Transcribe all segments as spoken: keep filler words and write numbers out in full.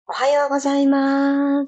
おはようございます。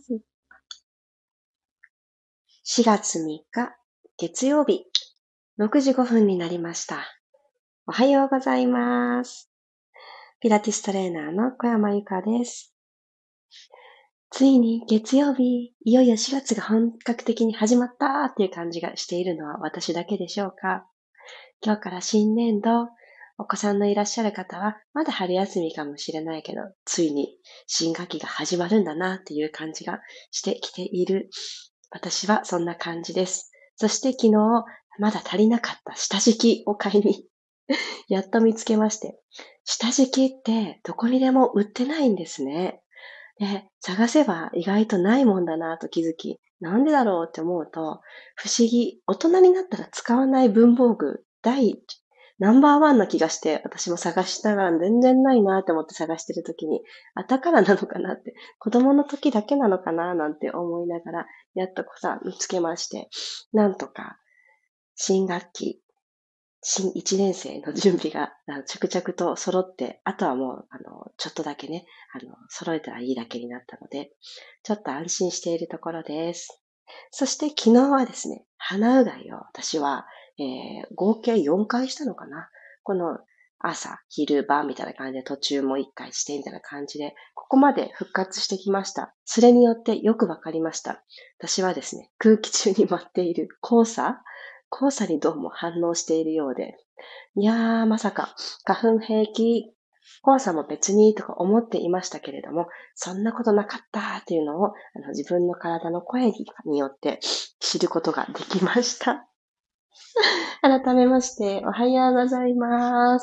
しがつみっか、月曜日、ろくじごふんになりました。おはようございます。ピラティストレーナーの小山由かです。ついに月曜日、いよいよしがつが本格的に始まったっていう感じがしているのは私だけでしょうか。今日から新年度、お子さんのいらっしゃる方はまだ春休みかもしれないけど、ついに新学期が始まるんだなっていう感じがしてきている。私はそんな感じです。そして昨日、まだ足りなかった下敷きを買いにやっと見つけまして。下敷きってどこにでも売ってないんですね。で、探せば意外とないもんだなと気づき、なんでだろうって思うと、不思議、大人になったら使わない文房具、第ナンバーワンの気がして、私も探したら全然ないなって思って探してるときに、あたからなのかなって、子供の時だけなのかななんて思いながら、やっとこさ、見つけまして、なんとか、新学期、新いちねん生の準備があの着々と揃って、あとはもう、あの、ちょっとだけね、あの、揃えたらいいだけになったので、ちょっと安心しているところです。そして昨日はですね、鼻うがいを私は、えー、合計よんかいしたのかな。この朝、昼、晩みたいな感じで途中もいっかいしてみたいな感じで、ここまで復活してきました。それによってよくわかりました。私はですね、空気中に舞っている黄砂黄砂にどうも反応しているようで。いやー、まさか、花粉平気、黄砂も別にとか思っていましたけれども、そんなことなかったっていうのを、あの自分の体の声によって知ることができました。改めまして、おはようございます。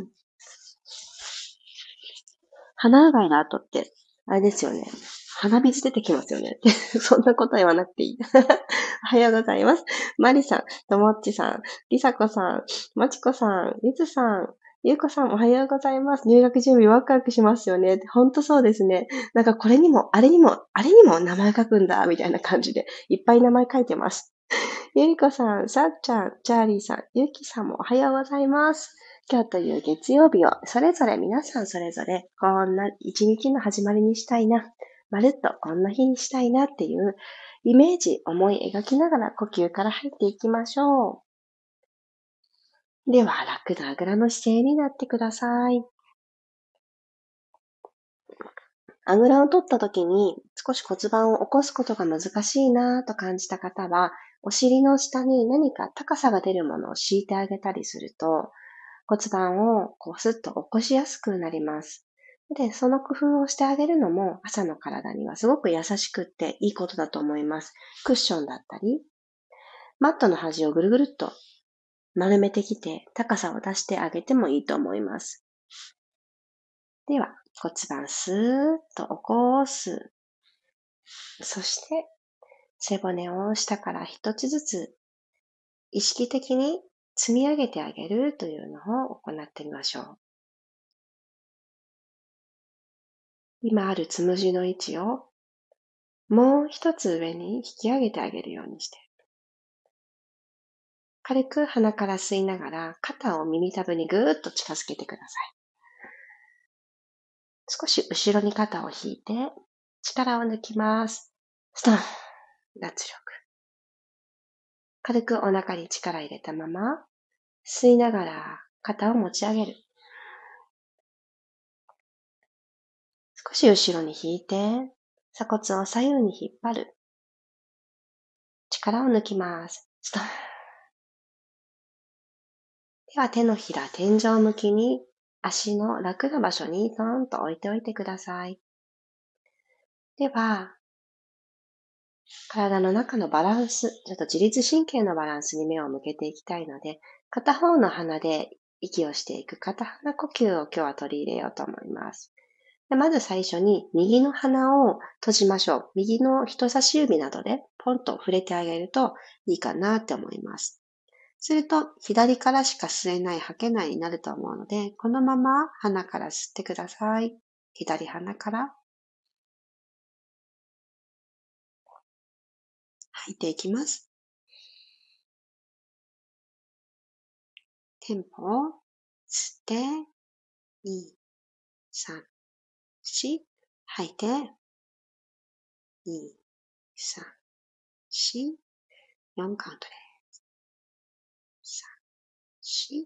鼻うがいの後って、あれですよね。鼻水出てきますよね。そんなこと言わなくていい。おはようございます。マリさん、ともっちさん、りさこさん、まちこさん、りつさん、ゆうこさん、おはようございます。入学準備ワクワクしますよね。ほんとそうですね。なんかこれにも、あれにも、あれにも名前書くんだ、みたいな感じで、いっぱい名前書いてます。ゆりこさん、さっちゃん、チャーリーさん、ゆうきさんもおはようございます。今日という月曜日を、それぞれ皆さんそれぞれ、こんな一日の始まりにしたいな、まるっとこんな日にしたいなっていうイメージ、思い描きながら呼吸から入っていきましょう。では、楽なあぐらの姿勢になってください。あぐらを取った時に少し骨盤を起こすことが難しいなぁと感じた方は、お尻の下に何か高さが出るものを敷いてあげたりすると、骨盤をこうスッと起こしやすくなります。で、その工夫をしてあげるのも朝の体にはすごく優しくっていいことだと思います。クッションだったり、マットの端をぐるぐるっと丸めてきて高さを出してあげてもいいと思います。では、骨盤スーッと起こす。そして、背骨を下から一つずつ意識的に積み上げてあげるというのを行ってみましょう。今あるつむじの位置をもう一つ上に引き上げてあげるようにして、軽く鼻から吸いながら肩を耳たぶにぐーっと近づけてください。少し後ろに肩を引いて力を抜きます。ストン、脱力。軽くお腹に力入れたまま吸いながら肩を持ち上げる。少し後ろに引いて鎖骨を左右に引っ張る。力を抜きます。ストン。では手のひら天井向きに足の楽な場所にトーンと置いておいてください。では、体の中のバランス、ちょっと自律神経のバランスに目を向けていきたいので、片方の鼻で息をしていく片鼻呼吸を今日は取り入れようと思います。でまず最初に右の鼻を閉じましょう。右の人差し指などでポンと触れてあげるといいかなって思います。すると左からしか吸えない、吐けないになると思うので、このまま鼻から吸ってください。左鼻から吐いていきます。テンポを吸って、に、さん、し、 吐いて、に、さん、し、よんカウントです。さん、し、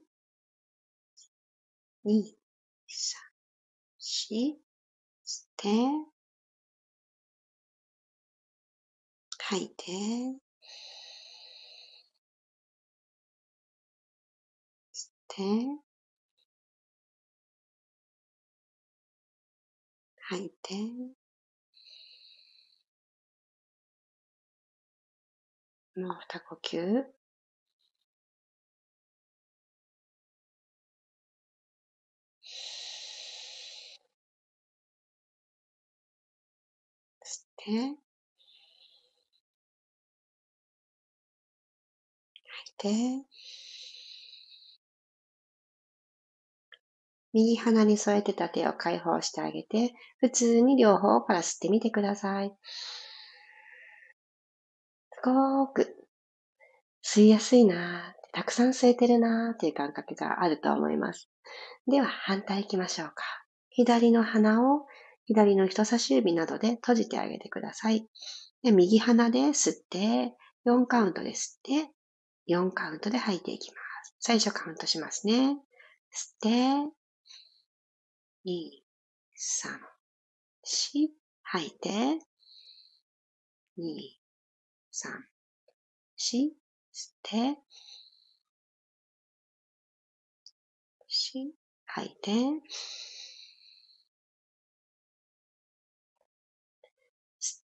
に、さん、し、吸って、吐いて、吸って、吐いて、もう二呼吸。吸って、吐いて、右鼻に添えてた手を解放してあげて、普通に両方から吸ってみてください。すごーく吸いやすいなー、たくさん吸えてるなーっていう感覚があると思います。では反対行きましょうか。左の鼻を左の人差し指などで閉じてあげてください。で右鼻で吸って、よんカウントで吸って、よんカウントで吐いていきます。最初カウントしますね。吸って、に、さん、し、吐いて、に、さん、し、吸って、し、吐いて、吸って、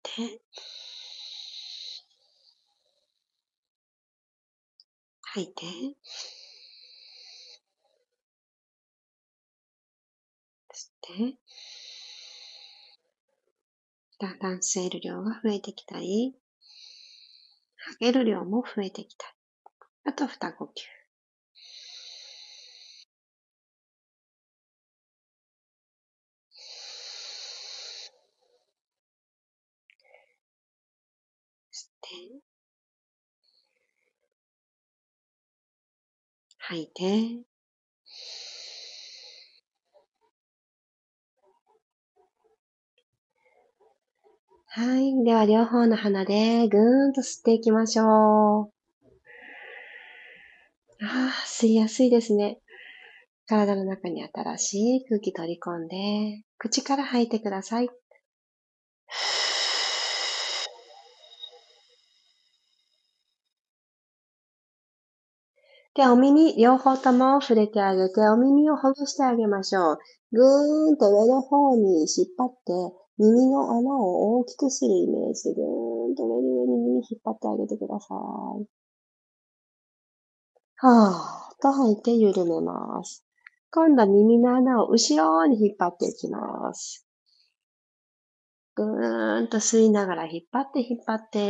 吐いて、吸って、だんだん吸える量が増えてきたり、吐ける量も増えてきたり。あと二呼吸。吸って、吐いて、はい。では両方の鼻でぐーんと吸っていきましょう。ああ、吸いやすいですね。体の中に新しい空気取り込んで、口から吐いてください。ではお耳、両方とも触れてあげて、お耳をほぐしてあげましょう。ぐーんと上の方に引っ張って、耳の穴を大きくするイメージで、ぐーんと上に上に耳引っ張ってあげてください。はーっと吐いて緩めます。今度は耳の穴を後ろに引っ張っていきます。ぐーんと吸いながら引っ張って引っ張って、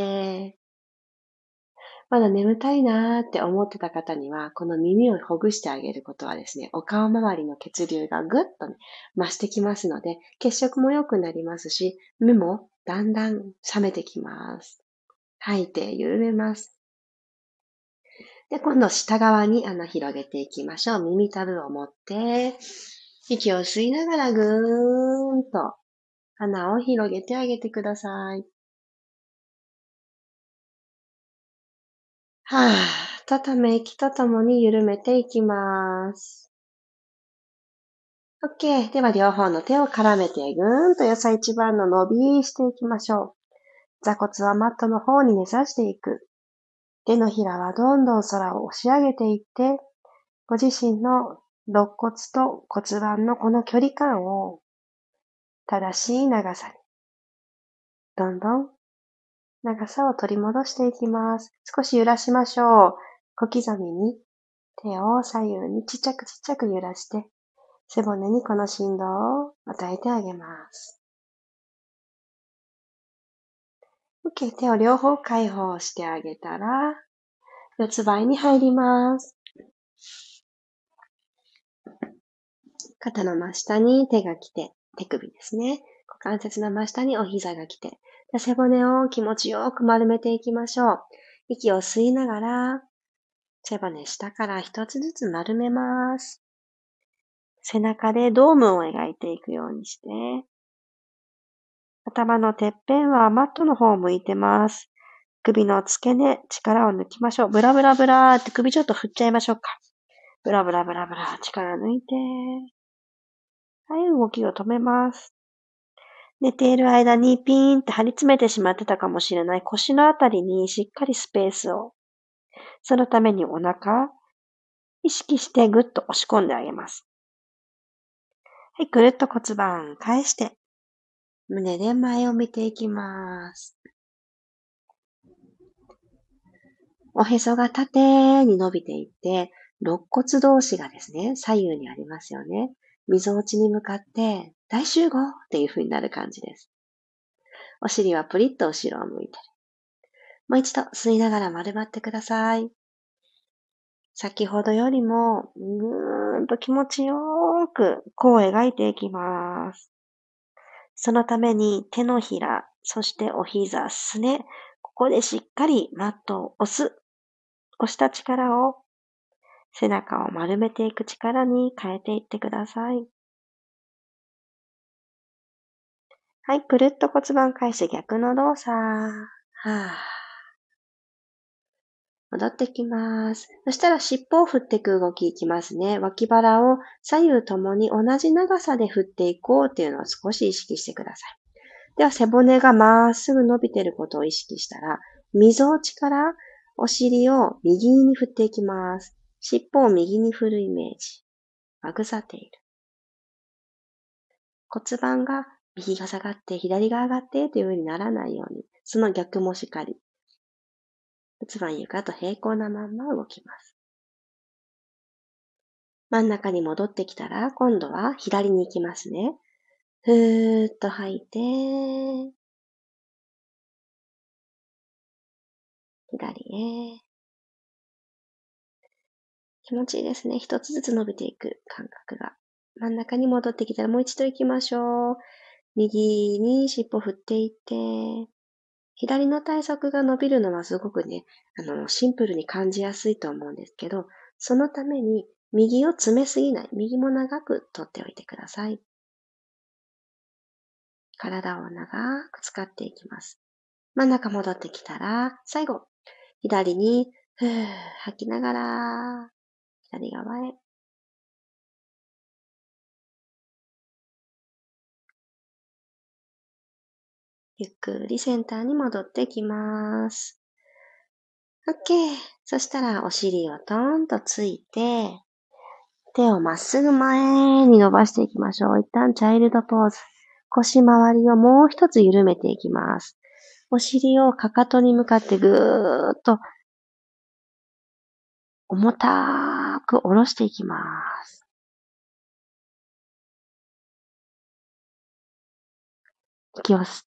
まだ眠たいなーって思ってた方には、この耳をほぐしてあげることはですね、お顔周りの血流がぐっとね、増してきますので、血色も良くなりますし、目もだんだん覚めてきます。吐いて緩めます。で、今度下側に穴広げていきましょう。耳たぶを持って、息を吸いながらぐーんと穴を広げてあげてください。はぁ、とため息とともに緩めていきます。OK。では両方の手を絡めてぐーんと朝一番の伸びしていきましょう。座骨はマットの方に根ざしていく。手のひらはどんどん空を押し上げていって、ご自身の肋骨と骨盤のこの距離感を正しい長さに、どんどん長さを取り戻していきます。少し揺らしましょう。小刻みに手を左右にちっちゃくちっちゃく揺らして、背骨にこの振動を与えてあげます。OK。手を両方解放してあげたら、四つ倍に入ります。肩の真下に手が来て、手首ですね。股関節の真下にお膝が来て、背骨を気持ちよく丸めていきましょう。息を吸いながら、背骨下から一つずつ丸めます。背中でドームを描いていくようにして、 頭のてっぺんはマットの方を向いてます。首の付け根、力を抜きましょう。ブラブラブラーって首ちょっと振っちゃいましょうか。ブラブラブラブラ、力抜いて。はい、動きを止めます。寝ている間にピーンって張り詰めてしまってたかもしれない腰のあたりにしっかりスペースを。そのためにお腹、意識してぐっと押し込んであげます。はい、ぐるっと骨盤返して、胸で前を見ていきます。おへそが縦に伸びていって、肋骨同士がですね、左右にありますよね。溝落ちに向かって大集合っていう風になる感じです。お尻はプリッと後ろを向いてる。もう一度吸いながら丸まってください。先ほどよりもぐーんと気持ちよーく弧を描いていきます。そのために手のひら、そしてお膝、すね、ここでしっかりマットを押す。押した力を背中を丸めていく力に変えていってください。はい、くるっと骨盤返して逆の動作。はぁ。戻ってきます。そしたら尻尾を振っていく動きいきますね。脇腹を左右ともに同じ長さで振っていこうっていうのを少し意識してください。では背骨がまっすぐ伸びていることを意識したら、溝落ちからお尻を右に振っていきます。尻尾を右に振るイメージ。まぐさている。骨盤が右が下がって左が上がってという風にならないように、その逆もしっかり。骨盤床と平行なまんま動きます。真ん中に戻ってきたら、今度は左に行きますね。ふーっと吐いて、左へ。気持ちいいですね。一つずつ伸びていく感覚が。真ん中に戻ってきたらもう一度行きましょう。右に尻尾振っていって、左の体側が伸びるのはすごくね、あの、シンプルに感じやすいと思うんですけど、そのために右を詰めすぎない。右も長く取っておいてください。体を長く使っていきます。真ん中戻ってきたら、最後、左に、ふー、吐きながら、左側へ。ゆっくりセンターに戻ってきます。OK。そしたらお尻をトーンとついて、手をまっすぐ前に伸ばしていきましょう。一旦チャイルドポーズ。腰回りをもう一つ緩めていきます。お尻をかかとに向かってぐーっと重たく下ろしていきます。息を吸って、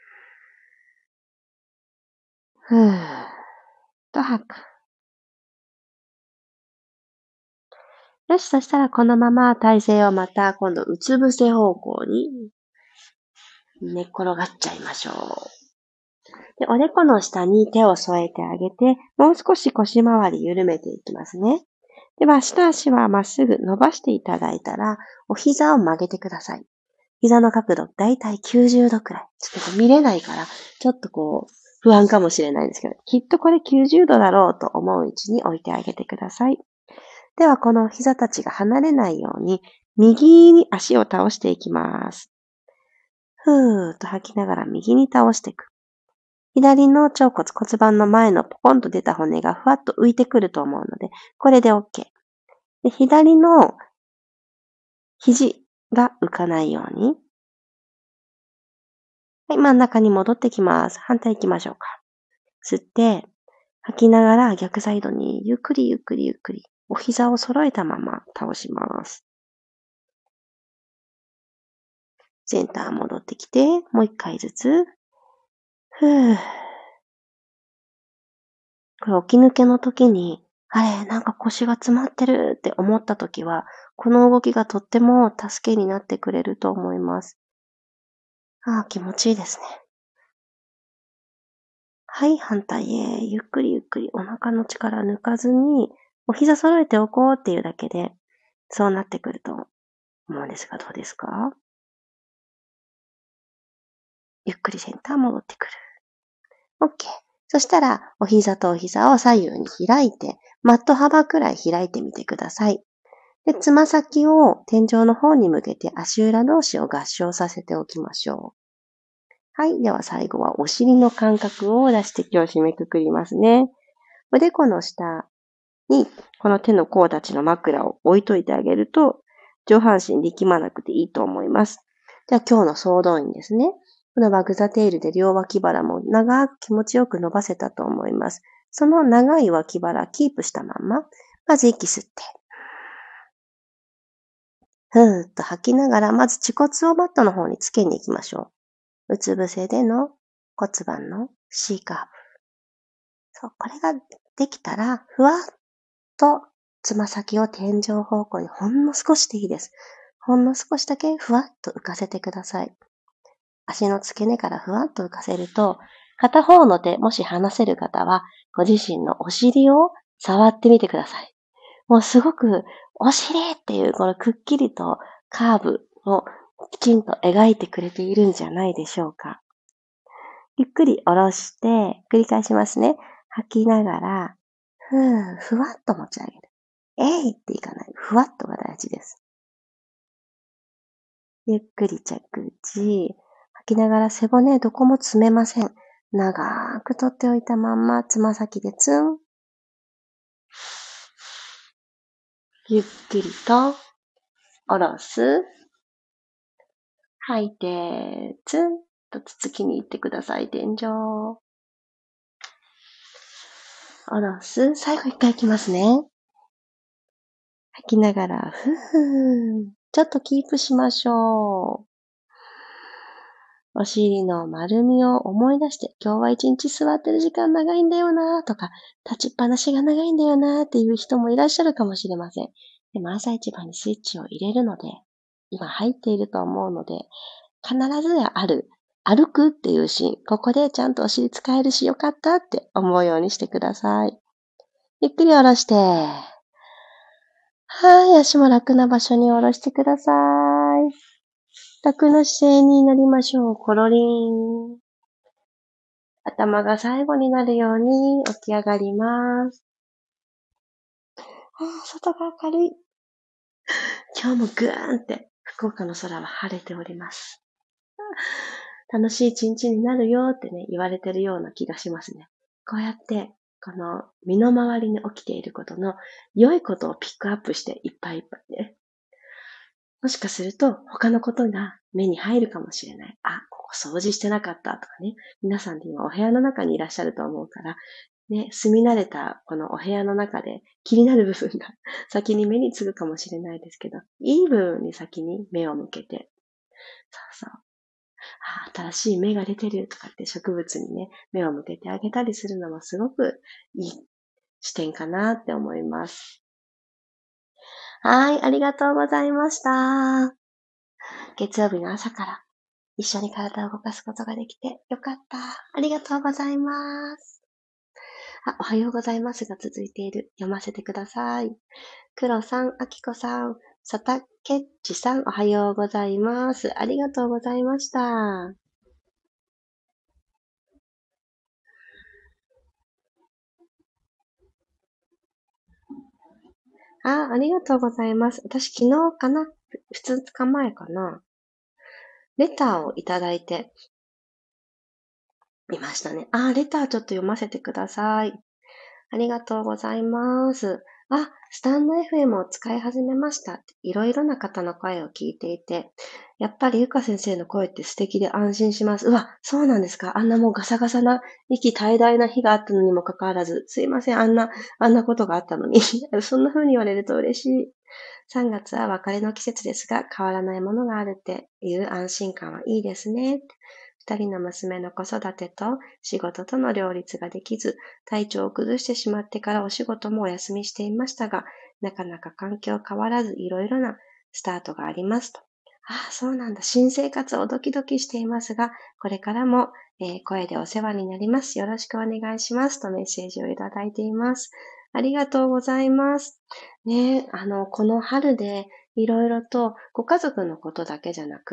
ふーっと吐く。よし、そしたらこのまま体勢をまた今度うつ伏せ方向に寝っ転がっちゃいましょう。で、おでこの下に手を添えてあげて、もう少し腰回り緩めていきますね。では、足と足はまっすぐ伸ばしていただいたら、お膝を曲げてください。膝の角度、だいたいきゅうじゅうどくらい。ちょっと見れないから、ちょっとこう、不安かもしれないんですけど、きっとこれきゅうじゅうどだろうと思う位置に置いてあげてください。では、この膝たちが離れないように、右に足を倒していきます。ふーっと吐きながら右に倒していく。左の腸骨、骨盤の前のポコンと出た骨がふわっと浮いてくると思うので、これで OK。で、左の肘が浮かないように。はい、真ん中に戻ってきます。反対行きましょうか。吸って、吐きながら逆サイドにゆっくりゆっくりゆっくり、お膝を揃えたまま倒します。センター戻ってきて、もう一回ずつ。ふぅ。これ起き抜けの時に、あれ、なんか腰が詰まってるって思った時は、この動きがとっても助けになってくれると思います。ああ、気持ちいいですね。はい、反対へ。ゆっくりゆっくりお腹の力抜かずに、お膝揃えておこうっていうだけで、そうなってくると思うんですが、どうですか？ ゆっくりセンター戻ってくる。OK。そしたら、お膝とお膝を左右に開いて、マット幅くらい開いてみてください。で、つま先を天井の方に向けて足裏同士を合掌させておきましょう。はい。では最後はお尻の感覚を出して今日締めくくりますね。おでこの下にこの手の甲たちの枕を置いといてあげると、上半身力まなくていいと思います。じゃあ今日の総動員ですね。このバグザテールで両脇腹も長く気持ちよく伸ばせたと思います。その長い脇腹キープしたまんま、まず息吸って、ふーっと吐きながら、まず恥骨をマットの方につけに行きましょう。うつ伏せでの骨盤の C カーブ。そう、これができたら、ふわっとつま先を天井方向にほんの少しでいいです。ほんの少しだけふわっと浮かせてください。足の付け根からふわっと浮かせると、片方の手、もし離せる方は、ご自身のお尻を触ってみてください。もうすごく、お尻っていうこのくっきりとカーブをきちんと描いてくれているんじゃないでしょうか。ゆっくり下ろして、繰り返しますね。吐きながら、ふー、ふわっと持ち上げる。えいっていかない。ふわっとが大事です。ゆっくり着地。吐きながら背骨どこも詰めません。長く取っておいたまんま、つま先でツン。ゆっくりと下ろす。吐いて、ツンとつつきに行ってください。天井。下ろす。最後一回いきますね。吐きながら、ふーふー。ちょっとキープしましょう。お尻の丸みを思い出して、今日は一日座ってる時間長いんだよなとか、立ちっぱなしが長いんだよなっていう人もいらっしゃるかもしれません。でも朝一番にスイッチを入れるので、今入っていると思うので、必ずある、歩くっていうシーン、ここでちゃんとお尻使えるしよかったって思うようにしてください。ゆっくり下ろして、はい、足も楽な場所に下ろしてください。楽な姿勢になりましょう。コロリン。頭が最後になるように起き上がります。ああ、外が明るい。今日もぐーんって福岡の空は晴れております。楽しい一日になるよってね、言われてるような気がしますね。こうやって、この身の回りに起きていることの良いことをピックアップしていっぱいいっぱいね。もしかすると他のことが目に入るかもしれない。あ、ここ掃除してなかったとかね。皆さんで今お部屋の中にいらっしゃると思うから、ね、住み慣れたこのお部屋の中で気になる部分が先に目につくかもしれないですけど、いい部分に先に目を向けて、そうそう。あ、新しい芽が出てるとかって植物にね、目を向けてあげたりするのもすごくいい視点かなって思います。はい、ありがとうございました。月曜日の朝から一緒に体を動かすことができてよかった。ありがとうございます。あ、おはようございますが続いている。読ませてください。黒さん、あきこさん、さたけっちさん、おはようございます。ありがとうございました。あ、ありがとうございます。私昨日かなふつかまえかなレターをいただいていましたね。あ、レターちょっと読ませてください。ありがとうございます。あ、スタンド エフエム を使い始めました。いろいろな方の声を聞いていて、やっぱりゆか先生の声って素敵で安心します。うわ、そうなんですか。あんなもうガサガサな、息絶え絶えな日があったのにもかかわらず、すいません、あんな、あんなことがあったのに。そんな風に言われると嬉しい。さんがつは別れの季節ですが、変わらないものがあるっていう安心感はいいですね。二人の娘の子育てと仕事との両立ができず、体調を崩してしまってからお仕事もお休みしていましたが、なかなか環境変わらずいろいろなスタートがありますと。ああ、そうなんだ。新生活をドキドキしていますが、これからも、えー声でお世話になります。よろしくお願いします。とメッセージをいただいています。ありがとうございます。ねえ、あの、この春でいろいろとご家族のことだけじゃなく、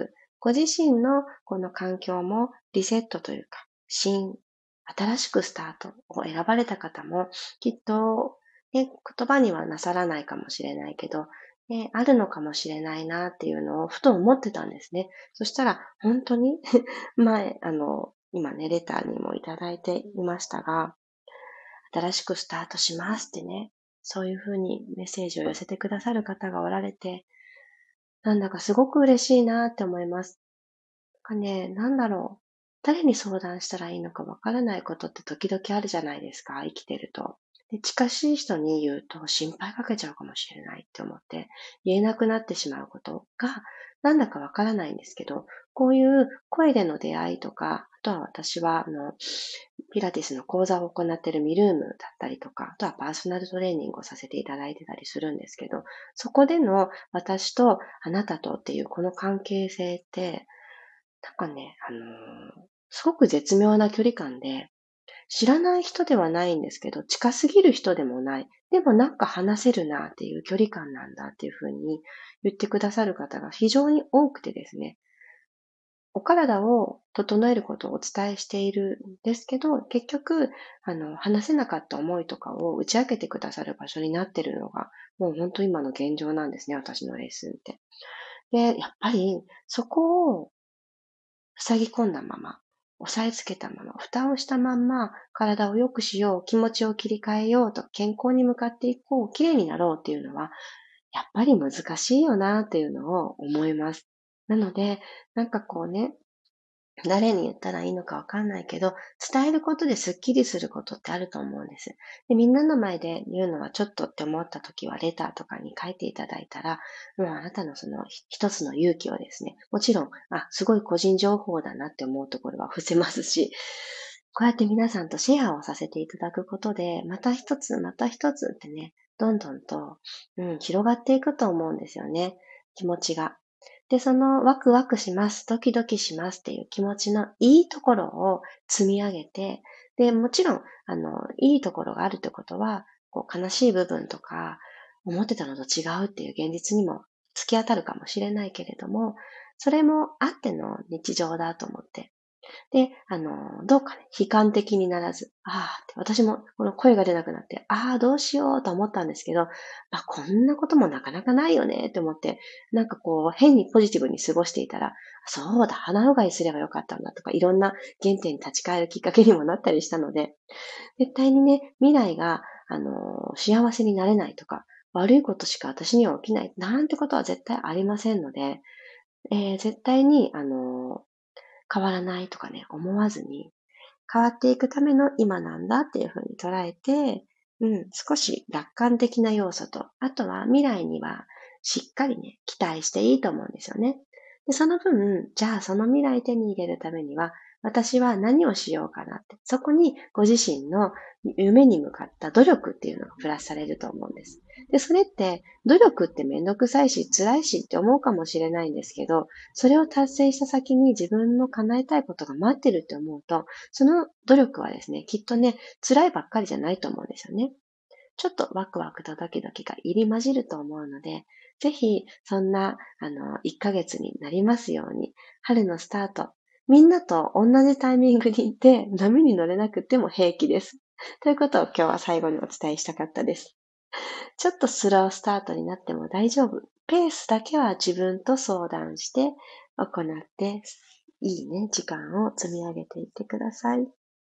ご自身のこの環境もリセットというか、新、新しくスタートを選ばれた方も、きっと、ね、言葉にはなさらないかもしれないけど、ね、あるのかもしれないなっていうのをふと思ってたんですね。そしたら、本当に前、あの、今ね、レターにもいただいていましたが、新しくスタートしますってね、そういうふうにメッセージを寄せてくださる方がおられて、なんだかすごく嬉しいなって思います。なんかね、なんだろう。誰に相談したらいいのかわからないことって時々あるじゃないですか、生きてると。で、近しい人に言うと心配かけちゃうかもしれないって思って、言えなくなってしまうことが、なんだかわからないんですけど、こういう声での出会いとか、あとは私は、あの、ピラティスの講座を行っているミルームだったりとか、あとはパーソナルトレーニングをさせていただいてたりするんですけど、そこでの私とあなたとっていうこの関係性って、なんかね、あのーすごく絶妙な距離感で、知らない人ではないんですけど、近すぎる人でもない。でもなんか話せるなっていう距離感なんだっていうふうに言ってくださる方が非常に多くてですね、お体を整えることをお伝えしているんですけど、結局、あの、話せなかった思いとかを打ち明けてくださる場所になっているのが、もう本当今の現状なんですね、私のレッスンって。で、やっぱりそこを塞ぎ込んだまま、押さえつけたまま、蓋をしたまんま、体を良くしよう、気持ちを切り替えようと、健康に向かっていこう、綺麗になろうっていうのは、やっぱり難しいよなっていうのを思います。なので、なんかこうね、誰に言ったらいいのかわかんないけど、伝えることでスッキリすることってあると思うんです。で、みんなの前で言うのはちょっとって思った時は、レターとかに書いていただいたら、もうあなたのそのひ一つの勇気をですね、もちろん、あ、すごい個人情報だなって思うところは伏せますし、こうやって皆さんとシェアをさせていただくことで、また一つ、また一つってね、どんどんと、うん、広がっていくと思うんですよね。気持ちが。で、そのワクワクします、ドキドキしますっていう気持ちのいいところを積み上げて、で、もちろん、あの、いいところがあるってことは、こう悲しい部分とか、思ってたのと違うっていう現実にも突き当たるかもしれないけれども、それもあっての日常だと思ってで、あの、どうかね、悲観的にならず、ああって、私もこの声が出なくなって、ああ、どうしようと思ったんですけど、あ、こんなこともなかなかないよねって思って、なんかこう、変にポジティブに過ごしていたら、そうだ、鼻うがいすればよかったんだとか、いろんな原点に立ち返るきっかけにもなったりしたので、絶対にね、未来が、あの、幸せになれないとか、悪いことしか私には起きない、なんてことは絶対ありませんので、えー絶対に、あの、変わらないとかね、思わずに、変わっていくための今なんだっていうふうに捉えて、うん、少し楽観的な要素と、あとは未来にはしっかりね、期待していいと思うんですよね。で、その分、じゃあその未来手に入れるためには、私は何をしようかなって、そこにご自身の夢に向かった努力っていうのがプラスされると思うんです。で、それって、努力ってめんどくさいし、辛いしって思うかもしれないんですけど、それを達成した先に自分の叶えたいことが待ってるって思うと、その努力はですね、きっとね、辛いばっかりじゃないと思うんですよね。ちょっとワクワクとドキドキが入り混じると思うので、ぜひ、そんな、あの、いっかげつになりますように、春のスタート、みんなと同じタイミングに行って、波に乗れなくても平気です。ということを今日は最後にお伝えしたかったです。ちょっとスロースタートになっても大丈夫。ペースだけは自分と相談して行って、いいね、時間を積み上げていってください。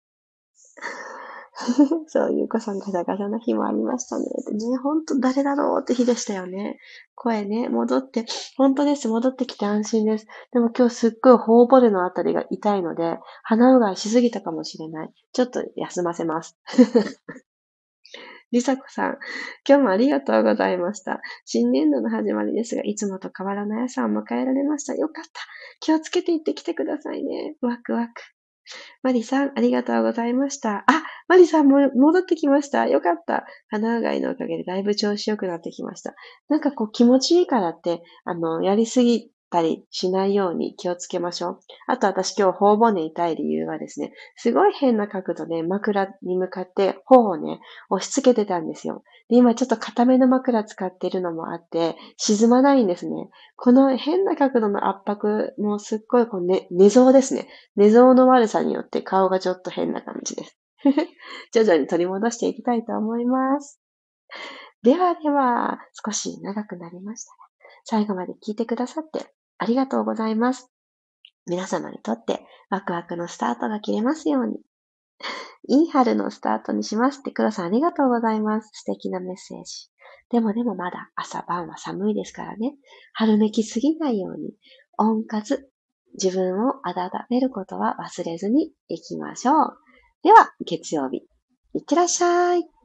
そういうこそガサガサな日もありましたね。でね、ほんと誰だろうって日でしたよね。声ね、戻って、本当です、戻ってきて安心です。でも今日すっごい頬骨のあたりが痛いので、鼻うがいしすぎたかもしれない。ちょっと休ませます。りさこさん、今日もありがとうございました。新年度の始まりですが、いつもと変わらない朝を迎えられました。よかった。気をつけていってきてくださいね。ワクワク。マリさん、ありがとうございました。あ、マリさんも戻ってきました。よかった。鼻うがいのおかげでだいぶ調子良くなってきました。なんかこう気持ちいいからって、あの、やりすぎたりしないように気をつけましょう。あと私今日頬骨痛い理由はですね、すごい変な角度で枕に向かって頬をね、押し付けてたんですよ。で、今ちょっと固めの枕使ってるのもあって、沈まないんですね。この変な角度の圧迫もすっごいこう、ね、寝相ですね。寝相の悪さによって顔がちょっと変な感じです。徐々に取り戻していきたいと思います。ではでは、少し長くなりましたが、最後まで聞いてくださってありがとうございます。皆様にとってワクワクのスタートが切れますように。いい春のスタートにしますって黒さんありがとうございます。素敵なメッセージ。でもでもまだ朝晩は寒いですからね。春めきすぎないように、温活、自分を温めることは忘れずに行きましょう。では、月曜日、いってらっしゃい。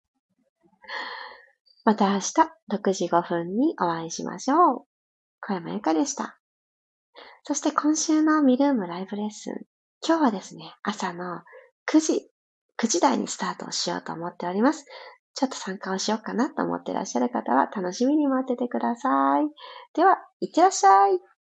また明日ろくじごふんにお会いしましょう。小山由かでした。そして今週のミルームライブレッスン。今日はですね、朝のくじ、くじ台にスタートをしようと思っております。ちょっと参加をしようかなと思っていらっしゃる方は楽しみに待っててください。では、いってらっしゃい。